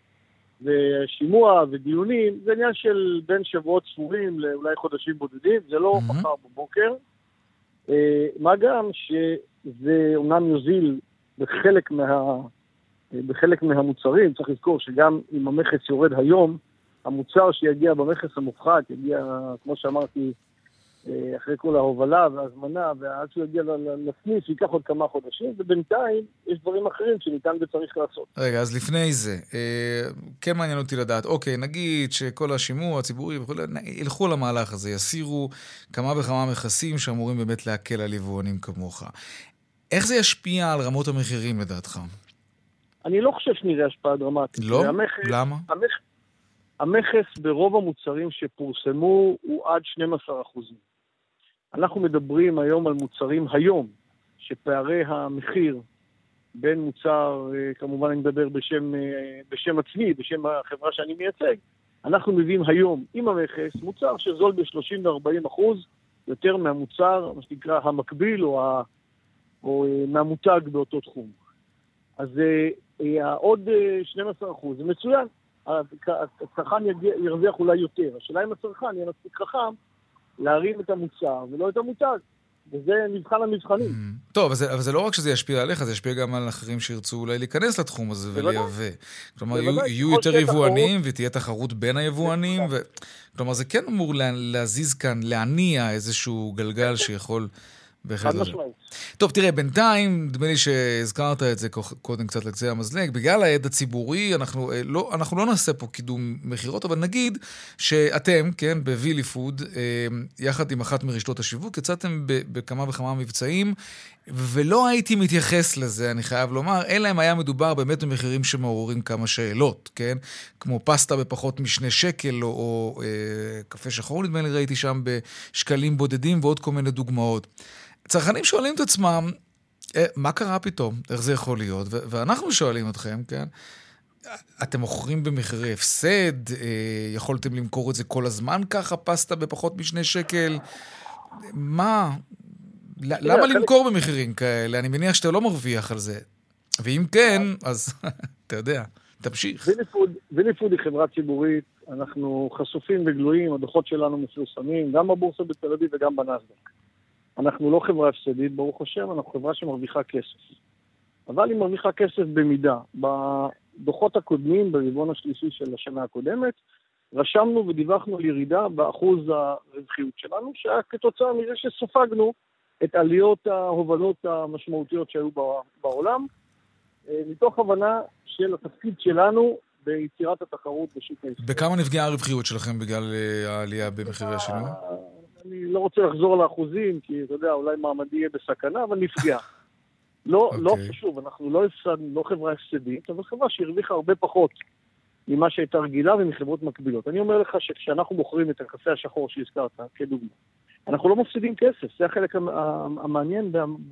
ושימוע ודיונים, זה עניין של בין שבועות ספורים לאולי חודשים בודדים, זה לא מחר mm-hmm. בבוקר. מה גם שזה אומנם יוזיל בחלק, מה, בחלק מהמוצרים, צריך לזכור שגם אם המכס יורד היום, המוצר שיגיע במכס המופחת, יגיע, כמו שאמרתי, אחרי כל ההובלה וההזמנה, ועד שהוא יגיע לסניף, ייקח עוד כמה חודשים, ובינתיים יש דברים אחרים שניתן וצריך לעשות. רגע, אז לפני זה, כן מעניין אותי לדעת, אוקיי, נגיד שכל השימוע הציבורי, ילכו למהלך הזה, יסירו כמה וכמה מכסים שאמורים באמת להקל על יבואנים כמוך. איך זה ישפיע על רמות המחירים לדעתך? אני לא חושב שנראה השפעה דרמטית. לא? למה? המכס ברוב המוצרים שפורסמו הוא עד שנים עשר אחוז. אנחנו מדברים היום על מוצרים היום, שפערי המחיר בין מוצר, כמובן אני מדבר בשם, בשם עצמי, בשם החברה שאני מייצג, אנחנו מביאים היום עם המכס מוצר שזול ב-שלושים וארבעים אחוז יותר מהמוצר, מה שנקרא המקביל או, ה, או מהמותג באותו תחום. אז עוד שנים עשר אחוז, זה מצוין. הצרכן ירוויח אולי יותר. השאלה אם הצרכן יהיה מספיק חכם להרים את המוצר ולא את המותג. וזה מבחן המבחנים. טוב, אבל זה לא רק שזה ישפיע עליך, זה ישפיע גם על אחרים שירצו אולי להיכנס לתחום הזה ולייבא. כלומר, יהיו יותר יבואנים ותהיה תחרות בין היבואנים. כלומר, זה כן אמור להזיז כאן, להניע איזשהו גלגל שיכול... טוב, תראה, בינתיים, דמה לי שהזכרת את זה קודם קצת לקצה המזלג, בגלל העד הציבורי, אנחנו לא, אנחנו לא נעשה פה קידום מחירות, אבל נגיד שאתם, כן, בווילי פוד, יחד עם אחת מרשתות השיווק, יצאתם בכמה וכמה מבצעים, ולא הייתי מתייחס לזה, אני חייב לומר, אלא אם היה מדובר באמת במחירים שמעוררים כמה שאלות, כן? כמו פסטה בפחות משני שקל, או, או אה, קפה שחור, נדמה לי ראיתי שם בשקלים בודדים, ועוד כל מיני דוגמאות. צרכנים שואלים את עצמם, אה, מה קרה פתאום? איך זה יכול להיות? ו- ואנחנו שואלים אתכם, כן? אתם מוכרים במחירי הפסד? אה, יכולתם למכור את זה כל הזמן ככה, פסטה בפחות משני שקל? מה... למה למכור במחירים כאלה? אני מניח שאתה לא מרוויח על זה. ואם כן, אז אתה יודע, תמשיך. וילי פוד היא חברה ציבורית, אנחנו חשופים וגלויים, הדוחות שלנו מפורסמים, גם בבורסה בתל אביב וגם בנסדק. אנחנו לא חברה הפסדית, ברוך השם, אנחנו חברה שמרוויחה כסף. אבל היא מרוויחה כסף במידה. בדוחות הקודמים, ברבעון השלישי של השנה הקודמת, רשמנו ודיווחנו על ירידה באחוז הרווחיות שלנו, שהיה כתוצאה מזה שסופגנו את עליות ההובלות המשמעותיות שהיו בעולם, מתוך הבנה של התפקיד שלנו ביצירת התחרות בשוק הישראלי. בכמה נפגעה הרווחיות שלכם בגלל העלייה במחירי השינוי? אני לא רוצה לחזור לאחוזים, כי אתה יודע, אולי מעמדי יהיה בסכנה, אבל נפגע. לא, לא חשוב, אנחנו לא הפסדנו, לא חברה הפסדית, אבל חברה שהרוויחה הרבה פחות ממה שהייתה רגילה ומחברות מקבילות. אני אומר לך שכשאנחנו מוכרים את הקפה השחור שהזכרת, כדוגמה, אנחנו לא מפסידים כסף, זה החלק המעניין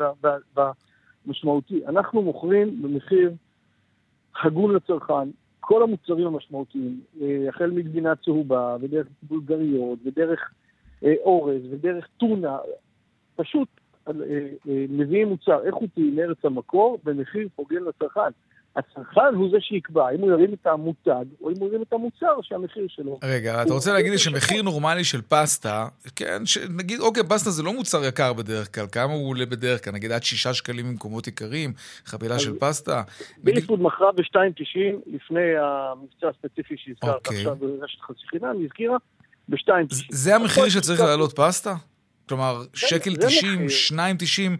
והמשמעותי. אנחנו מוכרים במחיר הגון לצרכן, כל המוצרים המשמעותיים, החל מגבינה צהובה, ודרך בולגריות, ודרך אורז, ודרך טונה, פשוט מביאים מוצר איכותי מארץ המקור, במחיר הוגן לצרכן. הצרכן הוא זה שיקבע, אם הוא ירים את המותג, או אם הוא ירים את המוצר שהמחיר שלו. רגע, אתה רוצה להגיד לי שמחיר נורמלי של פסטה, כן, נגיד, אוקיי, פסטה זה לא מוצר יקר בדרך כלל, כמה הוא עולה בדרך כלל? נגיד עד שישה שקלים במקומות עיקריים, חבילה של פסטה. ביליפוד מכרה ב-שתיים תשעים לפני המבצע הספציפי שהזכרת עכשיו, ברשת חצי חינם, היא הזכירה ב-שתיים תשעים. זה המחיר שצריך לעלות פסטה? כלומר, שקל תשעים, שניים תשעים,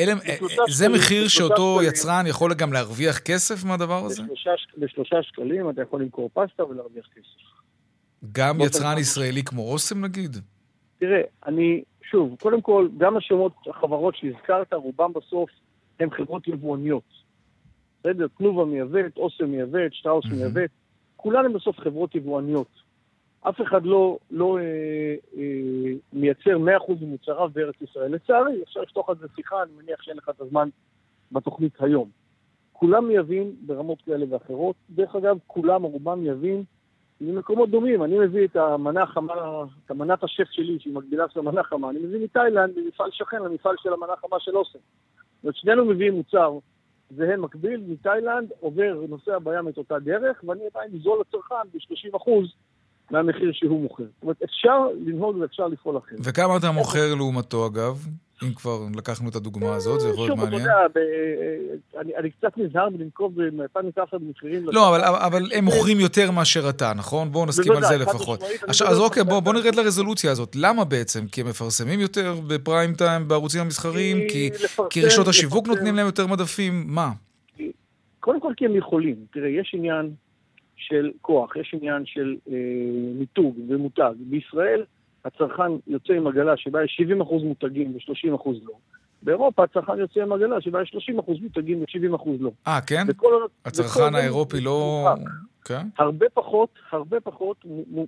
זה מחיר שאותו יצרן יכול גם להרוויח כסף מהדבר הזה? בשלושה שקלים אתה יכול למכור פסטה ולהרוויח כסף. גם יצרן ישראלי כמו אוסם נגיד? תראה, אני, שוב, קודם כל, גם השמות, החברות שהזכרת, רובם בסוף הם חברות יבואניות. בסדר, תנובה מייבאת, אוסם מייבאת, שטראוס מייבאת, כולן הם בסוף חברות יבואניות. אף אחד לא, לא אה, אה, מייצר מאה אחוז ממוצריו בארץ ישראל. לצערי, אפשר לפתוח על זה שיחה, אני מניח שאין לך את הזמן בתוכנית היום. כולם מייבים ברמות כאלה ואחרות. דרך אגב, כולם, רובם מייבים ממקומות דומים. אני מביא את המנה החמה, את המנת השף שלי, שהיא מקבילה של המנה החמה. אני מביא מתאילנד, ממפעל שכן, למפעל של המנה החמה של אוסם. זאת שנינו מביאים מוצר, זה מקביל, מתאילנד, עובר, נוסע בים את אותה דרך, ואני עדיין זול לצרכן ב-שלושים אחוז מהמחיר שהוא מוכר. זאת אומרת, אפשר לנהוג ואפשר לפעול אחר. וכמה אתה מוכר לעומתו, אגב? אם כבר לקחנו את הדוגמה הזאת, זה יכול להיות מעניין. שוב, אתה יודע, אני קצת נזהר בלנקוב במתן נקרח במחירים. לא, אבל הם מוכרים יותר מאשר אתה, נכון? בואו נסכים על זה לפחות. אז אוקיי, בואו נרד לרזולוציה הזאת. למה בעצם? כי הם מפרסמים יותר בפריים טיים, בערוצים המסחריים? כי רשתות השיווק נותנים להם יותר מדפים? מה? קודם כל כי הם יכולים. תראה, יש עניין של כוח, יש עניין של אה, מיתוג ומותג. בישראל הצרכן יוצא עם עגלה שבה יש שבעים אחוז מותגים ו-שלושים אחוז לא. באירופה הצרכן יוצא עם עגלה שבה יש שלושים אחוז מותגים ו-שבעים אחוז לא. אה, כן? וכל, הצרכן האירופי לא... כן? הרבה פחות, הרבה פחות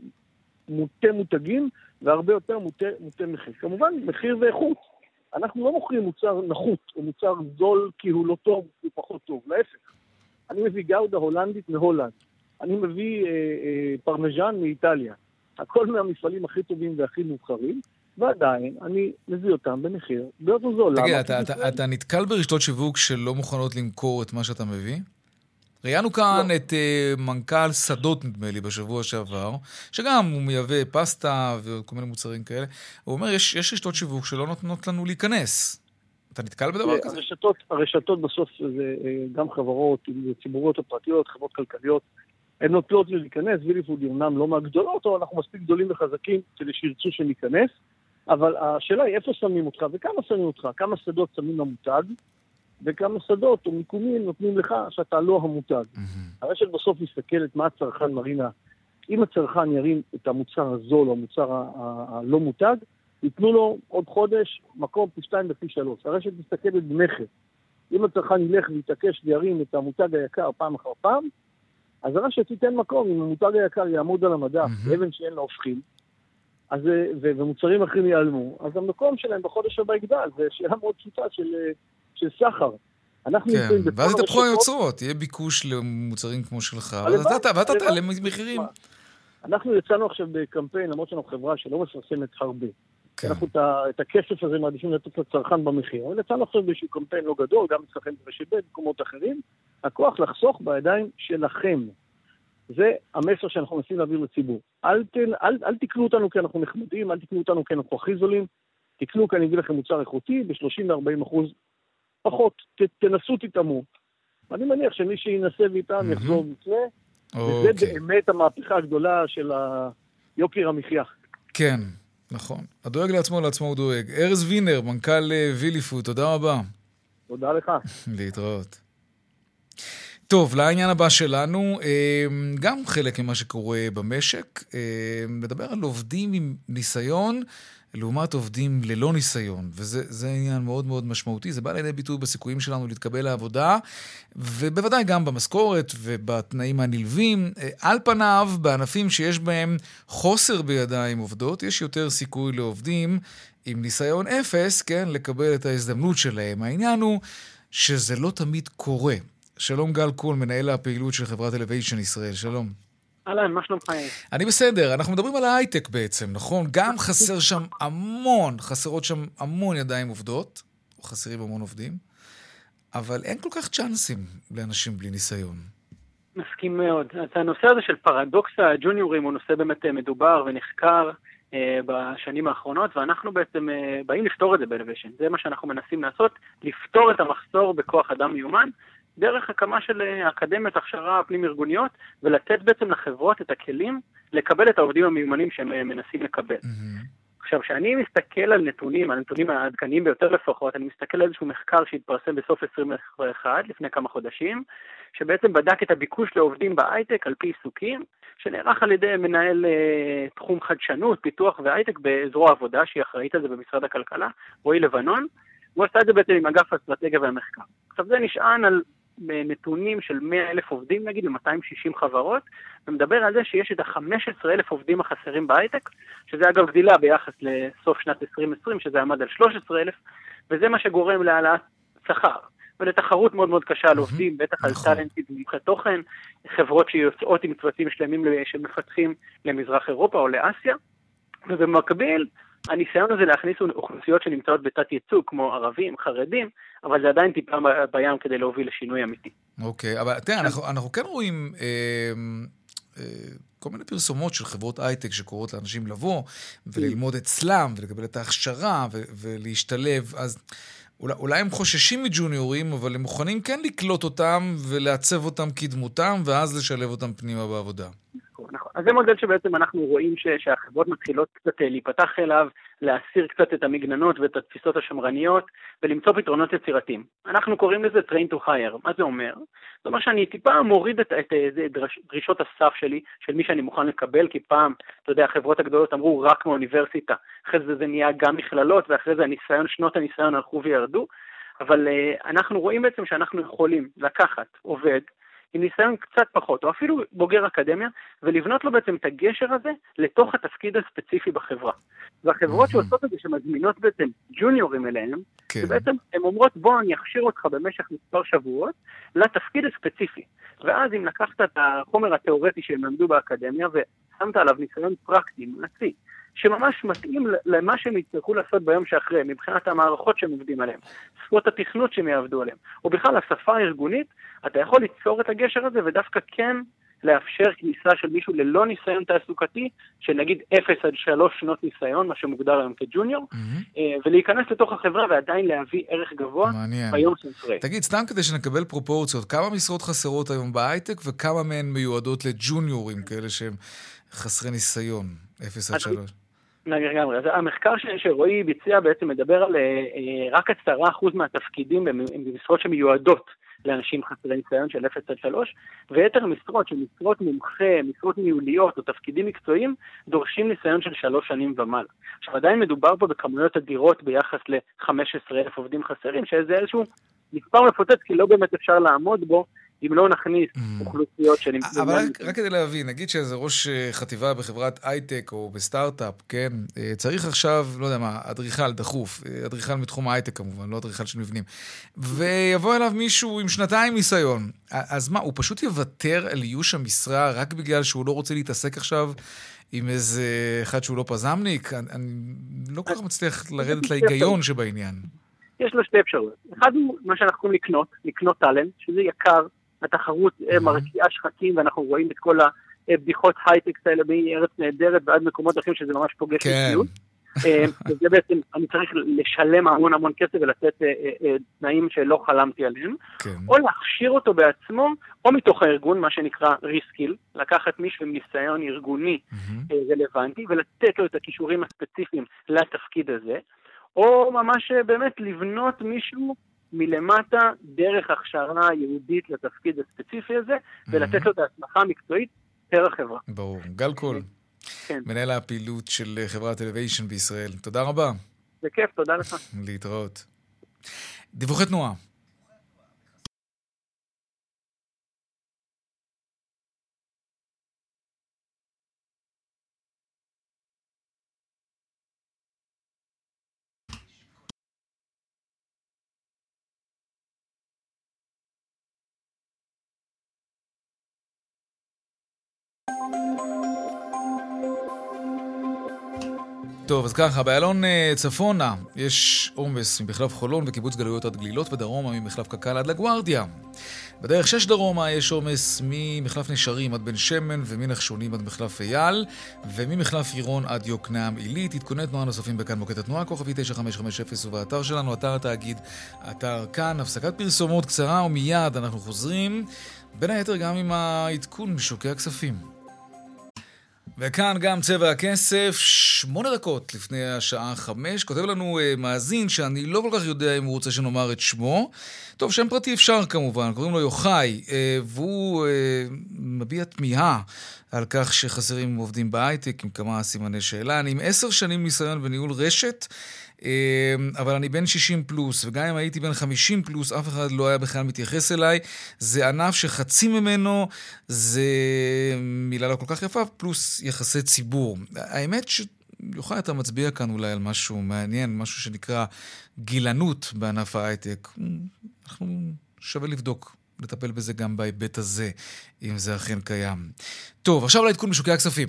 מוטה מותגים והרבה יותר מוטה, מוטה מחיר. כמובן, מחיר ואיכות. אנחנו לא מוכרים מוצר נחות או מוצר זול כי הוא לא טוב, הוא פחות טוב. להפך. אני מביא גאודה הולנדית מהולנד. אני מביא אה, אה, פרמז'ן מאיטליה. הכל מהמפעלים הכי טובים והכי מובחרים, ועדיין אני מביא אותם במחיר באותו זול. תגיד, אתה, אתה, אתה נתקל ברשתות שיווק שלא מוכנות למכור את מה שאתה מביא? ראיינו כאן לא. את uh, מנכ"ל שדות, נדמה לי, בשבוע שעבר, שגם הוא מייבא פסטה וכל מיני מוצרים כאלה. הוא אומר, יש, יש רשתות שיווק שלא נותנות לנו להיכנס. אתה נתקל בדבר כזה? הרשתות, הרשתות בסוף זה גם חברות, ציבוריות או פרטיות, חברות כלכליות, הן נוטלות לי להיכנס, ויליפוד אומנם לא מהגדולות, או אנחנו מספיק גדולים וחזקים כדי שירצו שניכנס, אבל השאלה היא איפה שמים אותך וכמה שמים אותך, כמה שדות שמים למותג, וכמה שדות או מיקומים נותנים לך שאתה לא המותג. Mm-hmm. הרשת בסוף מסתכלת מה הצרכן מרינה. אם הצרכן ירים את המוצר הזול או המוצר הלא מותג, ייתנו לו עוד חודש מקום פי שתיים ופי שלוש. הרשת מסתכלת במחיר. אם הצרכן ילך ויתעקש וירים את המותג היקר פעם אחר פעם, אז הרשת תיתן מקום, אם המותג היקר יעמוד על המדף, mm-hmm. אבן שאין לה הופכים, אז, ו- ומוצרים אחרים ייעלמו, אז המקום שלהם בחודש הבא יגדל, זה שאלה מאוד פשוטה של, של סחר. כן, ואז יתפחו היוצרות, יהיה ביקוש למוצרים כמו שלך, ואתה תעלה מחירים. אנחנו יצאנו עכשיו בקמפיין, למרות שאנחנו חברה שלא מפרסמת הרבה. כן. אנחנו את הכסף הזה מעדיפים לתת לצרכן במחיר. אבל יצאנו עכשיו באיזשהו קמפיין לא גדול, גם אצלכם ברשת ב' במקומות אחרים, הכוח לחסוך בידיים שלכם. זה המסר שאנחנו מנסים להעביר לציבור. אל, אל, אל, אל תקנו אותנו כי אנחנו נחמדים, אל תקנו אותנו כי אנחנו הכי זולים, תקנו כי אני אביא לכם מוצר איכותי ב-שלושים עד ארבעים אחוז פחות, ת, תנסו תתאמו. אני מניח שמי שינסה ואיתם יחזור מצווה, וזה באמת המהפכה הגדולה של יוקר המחיה. כן, נכון. הדואג לעצמו, לעצמו הוא דואג. ארז וינר, מנכ"ל ויליפוד, תודה רבה. תודה לך. להתראות. טוב, לעניין הבא שלנו, גם חלק ממה שקורה במשק, מדבר על עובדים עם ניסיון, לעומת עובדים ללא ניסיון, וזה עניין מאוד מאוד משמעותי, זה בא לידי ביטוי בסיכויים שלנו להתקבל לעבודה, ובוודאי גם במשכורת ובתנאים הנלווים. על פניו, בענפים שיש בהם חוסר בידיים עובדות, יש יותר סיכוי לעובדים עם ניסיון אפס, כן, לקבל את ההזדמנות שלהם. העניין הוא שזה לא תמיד קורה. שלום גל קול, מנהל הפעילות של חברת אלוויישן ישראל, שלום. אהלן, מה שלומך? אני בסדר, אנחנו מדברים על ההייטק בעצם, נכון? גם חסר שם המון, חסרות שם המון ידיים עובדות, או חסרים המון עובדים, אבל אין כל כך צ'אנסים לאנשים בלי ניסיון. מסכים מאוד. הנושא הזה של פרדוקס הג'וניורים הוא נושא באמת מדובר ונחקר אה, בשנים האחרונות, ואנחנו בעצם אה, באים לפתור את זה באלוויישן. זה מה שאנחנו מנסים לעשות, לפתור את המחסור בכוח אדם מיומן, דרך הקמה של אקדמיות הכשרה פנים ארגוניות, ולתת בעצם לחברות את הכלים לקבל את העובדים המיומנים שהם מנסים לקבל. Mm-hmm. עכשיו, כשאני מסתכל על נתונים, על נתונים העדכניים ביותר לפחות, אני מסתכל על איזשהו מחקר שהתפרסם בסוף עשרים ואחת, לפני כמה חודשים, שבעצם בדק את הביקוש לעובדים בהייטק על פי עיסוקים, שנערך על ידי מנהל אה, תחום חדשנות, פיתוח והייטק בזרוע עבודה, שהיא אחראית על זה במשרד הכלכלה, רועי לבנון, הוא עשה את זה בעצם עם אגף האסטרטגיה והמחקר. עכשיו, זה נשען על נתונים של מאה אלף עובדים, נגיד, ב-מאתיים ושישים חברות, ומדבר על זה שיש את ה-חמישה עשר אלף עובדים החסרים בהייטק, שזה אגב גדילה ביחס לסוף שנת עשרים עשרים, שזה עמד על שלושה עשר אלף, וזה מה שגורם להעלאת שכר, ולתחרות מאוד מאוד קשה על עובדים, בטח על טלנטים ומומחי תוכן, חברות שיוצאות עם צוותים שלמים שמפתחים למזרח אירופה או לאסיה, ובמקביל, הניסיון הזה להכניס אוכלוסיות שנמצאות בתת ייצוג, כמו ערבים, חרדים, אבל זה עדיין טיפה בים כדי להוביל לשינוי אמיתי. אוקיי, אבל תראה, אנחנו, אנחנו כן רואים אה, אה, כל מיני פרסומות של חברות הייטק שקורות לאנשים לבוא וללמוד אצלם ולקבל את ההכשרה ו- ולהשתלב, אז אולי, אולי הם חוששים מג'וניורים, אבל הם מוכנים כן לקלוט אותם ולעצב אותם כדמותם, ואז לשלב אותם פנימה בעבודה. נכון. אז זה מודל שבעצם אנחנו רואים ש- שהחברות מתחילות קצת להיפתח אליו, להסיר קצת את המגננות ואת התפיסות השמרניות, ולמצוא פתרונות יצירתיים. אנחנו קוראים לזה train to hire. מה זה אומר? זאת אומרת שאני טיפה מוריד את, את, את דרישות הסף שלי, של מי שאני מוכן לקבל, כי פעם, אתה יודע, החברות הגדולות אמרו רק מאוניברסיטה, אחרי זה זה נהיה גם מכללות, ואחרי זה הניסיון, שנות הניסיון הלכו וירדו, אבל uh, אנחנו רואים בעצם שאנחנו יכולים לקחת עובד, עם ניסיון קצת פחות, או אפילו בוגר אקדמיה, ולבנות לו בעצם את הגשר הזה לתוך התפקיד הספציפי בחברה. והחברות שעושות את זה, שמזמינות בעצם ג'וניורים אליהם, כן. שבעצם הן אומרות, בוא אני אכשיר אותך במשך מספר שבועות לתפקיד הספציפי. ואז אם לקחת את החומר התיאורטי שהם למדו באקדמיה, ושמת עליו ניסיון פרקטי, מעשי, שממש מתאים למה שהם יצטרכו לעשות ביום שאחרי, מבחינת המערכות שהם עובדים עליהם, שפות התכנות שהם יעבדו עליהם, או בכלל השפה הארגונית, אתה יכול ליצור את הגשר הזה, ודווקא כן לאפשר כניסה של מישהו ללא ניסיון תעסוקתי, שנגיד אפס עד שלוש שנות ניסיון, מה שמוגדר היום כג'וניור, mm-hmm. ולהיכנס לתוך החברה ועדיין להביא ערך גבוה מעניין. ביום שאחרי. תגיד, סתם כדי שנקבל פרופורציות, כמה משרות חסרות היום בהייטק, וכמה מהן מיועדות לג'וניורים כאלה שהם חסרי ניסיון, אפס עד שלוש? לגמרי. אז המחקר שרועי ביצע בעצם מדבר על רק עשרה אחוז מהתפקידים במשרות שמיועדות לאנשים חסרי ניסיון של אפס עד שלוש, ויתר משרות של משרות מומחה, משרות ניהוליות או תפקידים מקצועיים, דורשים ניסיון של שלוש שנים ומעלה. עכשיו עדיין מדובר פה בכמויות אדירות ביחס ל-חמישה עשר אלף עובדים חסרים, שזה איזשהו מספר מפוצץ, כי לא באמת אפשר לעמוד בו, אם לא נכניס אוכלוסיות שנמצאים... אבל רק כדי להבין, נגיד שאיזה ראש חטיבה בחברת הייטק או בסטארט-אפ, כן, צריך עכשיו, לא יודע מה, אדריכל דחוף, אדריכל מתחום הייטק כמובן, לא אדריכל של מבנים, ויבוא אליו מישהו עם שנתיים ניסיון, אז מה, הוא פשוט יוותר על איוש המשרה רק בגלל שהוא לא רוצה להתעסק עכשיו עם איזה אחד שהוא לא פזמניק? אני לא כל כך מצליח לרדת להיגיון שבעניין. יש לו שתי אפשרויות. אחד הוא מה שאנחנו יכולים לקנות, לקנות טלנט, שזה יקר, התחרות מרקיעה שחקים, ואנחנו רואים את כל הבדיחות הייטקס האלה בארץ נהדרת, ועד מקומות אחרים שזה ממש פוגש אישיות. וזה בעצם, אני צריך לשלם המון המון כסף ולתת תנאים שלא חלמתי עליהם, או להכשיר אותו בעצמו, או מתוך הארגון, מה שנקרא ריסקיל, לקחת מישהו עם ניסיון ארגוני רלוונטי, ולתת לו את הכישורים הספציפיים לתפקיד הזה, או ממש באמת לבנות מישהו מלמטה דרך הכשרה יהודית לתפקיד הספציפי הזה, ולתת לו את ההסמכה המקצועית פר החברה. ברור. גל קול, מנהל הפעילות של חברת אלוויישן בישראל. תודה רבה. זה כיף, תודה לך. להתראות. דיווחי תנועה. טוב, אז ככה, באלון צפונה יש עומס ממחלף חולון וקיבוץ גלויות עד גלילות, ודרומה ממחלף קק"ל עד לגוארדיה. בדרך שש דרומה יש עומס ממחלף נשרים עד בן שמן ומנחשונים עד מחלף אייל, וממחלף עירון עד יוקנעם עילית. עדכוני תנועה נוספים בכאן מוקד התנועה, כוכבי תשע חמש חמש אפס, ובאתר שלנו, אתר התאגיד, אתר כאן. הפסקת פרסומות קצרה ומיד אנחנו חוזרים, בין היתר גם עם העדכון בשוקי הכספים. וכאן גם צבע הכסף, שמונה דקות לפני השעה חמש. כותב לנו uh, מאזין שאני לא כל כך יודע אם הוא רוצה שנאמר את שמו. טוב, שם פרטי אפשר כמובן, קוראים לו יוחאי, uh, והוא uh, מביע תמיהה על כך שחסרים עובדים בהייטק עם כמה סימני שאלה. אני עם עשר שנים ניסיון בניהול רשת, אבל אני בן שישים פלוס, וגם אם הייתי בן חמישים פלוס, אף אחד לא היה בכלל מתייחס אליי. זה ענף שחצי ממנו זה מילה לא כל כך יפה, פלוס יחסי ציבור. האמת שיוכל אתה מצביע כאן אולי על משהו מעניין, משהו שנקרא גילנות בענף ההייטק. אנחנו שווה לבדוק, לטפל בזה גם בהיבט הזה, אם זה אכן קיים. טוב, עכשיו לעדכון בשוקי הכספים.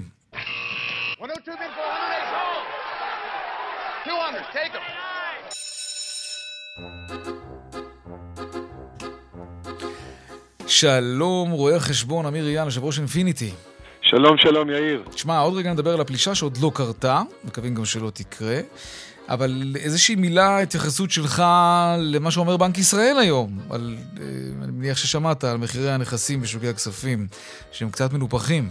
שלום, רואה חשבון אמיר ריאן, יושב ראש אינפיניטי. שלום, שלום, יאיר. תשמע, עוד רגע נדבר על הפלישה שעוד לא קרתה, מקווים גם שלא תקרה, אבל איזושהי מילה, התייחסות שלך למה שאומר בנק ישראל היום, על, אני מניח ששמעת על מחירי הנכסים בשוקי הכספים, שהם קצת מנופחים.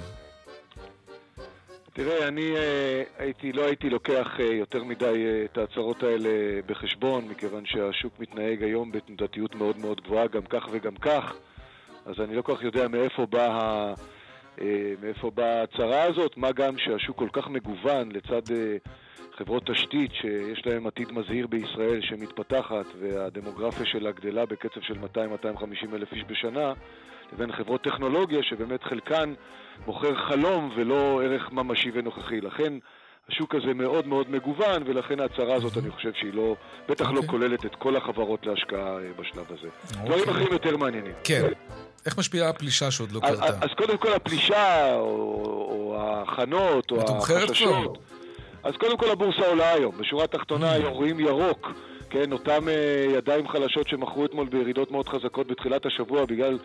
תראה, אני הייתי, לא הייתי לוקח יותר מדי את ההצהרות האלה בחשבון, מכיוון שהשוק מתנהג היום בתנודתיות מאוד מאוד גבוהה, גם כך וגם כך, אז אני לא כל כך יודע מאיפה באה מאיפה באה ההצהרה הזאת, מה גם שהשוק כל כך מגוון לצד חברות תשתית שיש להם עתיד מזהיר בישראל שמתפתחת, והדמוגרפיה שלה גדלה בקצב של מאתיים עד מאתיים וחמישים אלף איש בשנה, לבין חברות טכנולוגיה שבאמת חלקן מוכר חלום ולא ערך ממשי ונוכחי. לכן השוק הזה מאוד מאוד מגוון, ולכן ההצהרה הזאת אני חושב שהיא לא, בטח לא כוללת את כל החברות להשקעה בשלב הזה. דברים אחרים יותר מעניינים. כן. איך משפיעה הפלישה שעוד לא קרתה? אז קודם כל הפלישה, או ההכנות, או החששות. אז קודם כל הבורסה עולה היום. בשורה התחתונה היום רואים ירוק. כן, אותם ידיים חלשות שמכרו אתמול בירידות מאוד חזקות בתחילת השבוע בגלל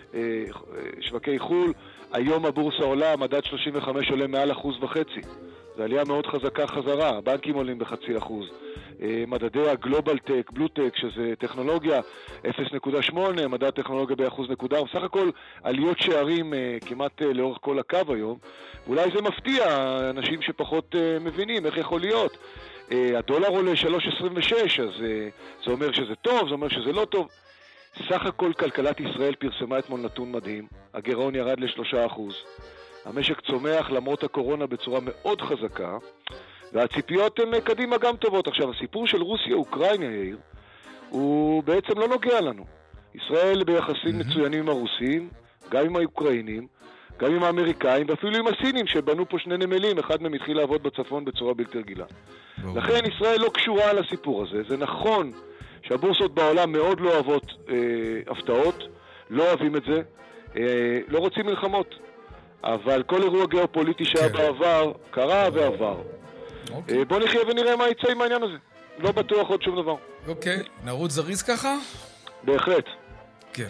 שווקי חול. היום הבורסה עולה, מדד שלושים וחמש עולה מעל אחוז וחצי. זו עלייה מאוד חזקה חזרה, הבנקים עולים בחצי אחוז. מדדי הגלובל טק, בלו טק, שזה טכנולוגיה, אפס נקודה שמונה, מדד טכנולוגיה באחוז נקודה. בסך הכל עליות שערים כמעט לאורך כל הקו היום. ואולי זה מפתיע אנשים שפחות מבינים איך יכול להיות. הדולר עולה שלוש עשרים ושש, אז זה אומר שזה טוב, זה אומר שזה לא טוב. סך הכל כלכלת ישראל פרסמה אתמול נתון מדהים, הגירעון ירד לשלושה אחוז. המשק צומח למרות הקורונה בצורה מאוד חזקה, והציפיות הן קדימה גם טובות. עכשיו, הסיפור של רוסיה-אוקראינה, יאיר, הוא בעצם לא נוגע לנו. ישראל ביחסים מצוינים עם הרוסים, גם עם האוקראינים, גם עם האמריקאים, ואפילו עם הסינים שבנו פה שני נמלים, אחד מהם התחיל לעבוד בצפון בצורה בלתי רגילה. לכן ישראל לא קשורה על הסיפור הזה. זה נכון שהבורסות בעולם מאוד לא אוהבות אה, הפתעות, לא אוהבים את זה, אה, לא רוצים מלחמות. אבל כל אירוע גיאופוליטי שהיה כן. בעבר, קרה ועבר. אוקיי. אה, בוא נחיה ונראה מה יצא עם העניין הזה. לא בטוח עוד שום דבר. אוקיי, נרוץ זריז ככה? בהחלט. כן.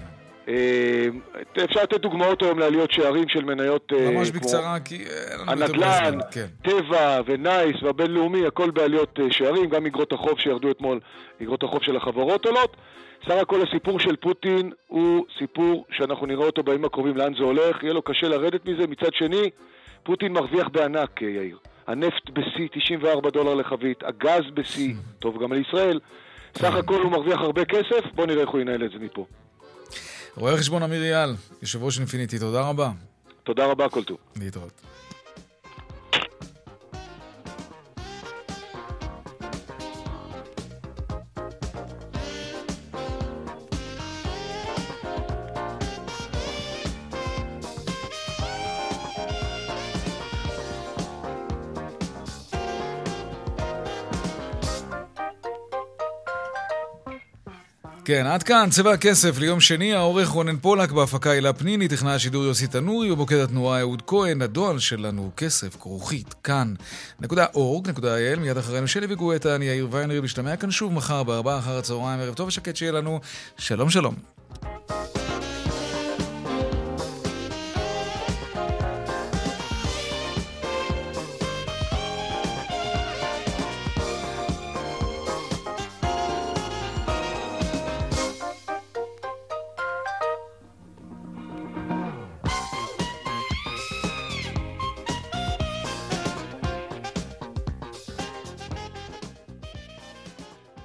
אפשר לתת דוגמאות היום לעליות שערים של מניות ממש בקצרה, כי הנדל"ן, טבע ונייס והבינלאומי, הכל בעליות שערים, גם אגרות החוב שירדו אתמול, אגרות החוב של החברות עולות. סך הכל הסיפור של פוטין הוא סיפור שאנחנו נראה אותו בימים הקרובים לאן זה הולך, יהיה לו קשה לרדת מזה. מצד שני, פוטין מרוויח בענק, יאיר. הנפט ב-C, תשעים וארבעה דולר לחבית, הגז ב-C, טוב גם לישראל. סך הכל הוא מרוויח הרבה כסף, בוא נראה איך הוא ינהל את זה מפה. רואה חשבון אמיר ריאל, יושב ראש אינפיניטי, תודה רבה. תודה רבה, כל טוב. להתראות. כן, עד כאן צבע הכסף ליום שני, העורך רונן פולק, בהפקה הילה פניני, טכנאי השידור יוסי תנורי, ובמוקד התנועה אהוד כהן. הדואל שלנו כסף כרוכית כאן נקודה אורג נקודה איי אל. מיד אחרינו שלי וגואטה, אני יאיר ויינריב, משתמע כאן שוב מחר בארבעה אחר הצהריים. ערב טוב ושקט שיהיה לנו. שלום שלום.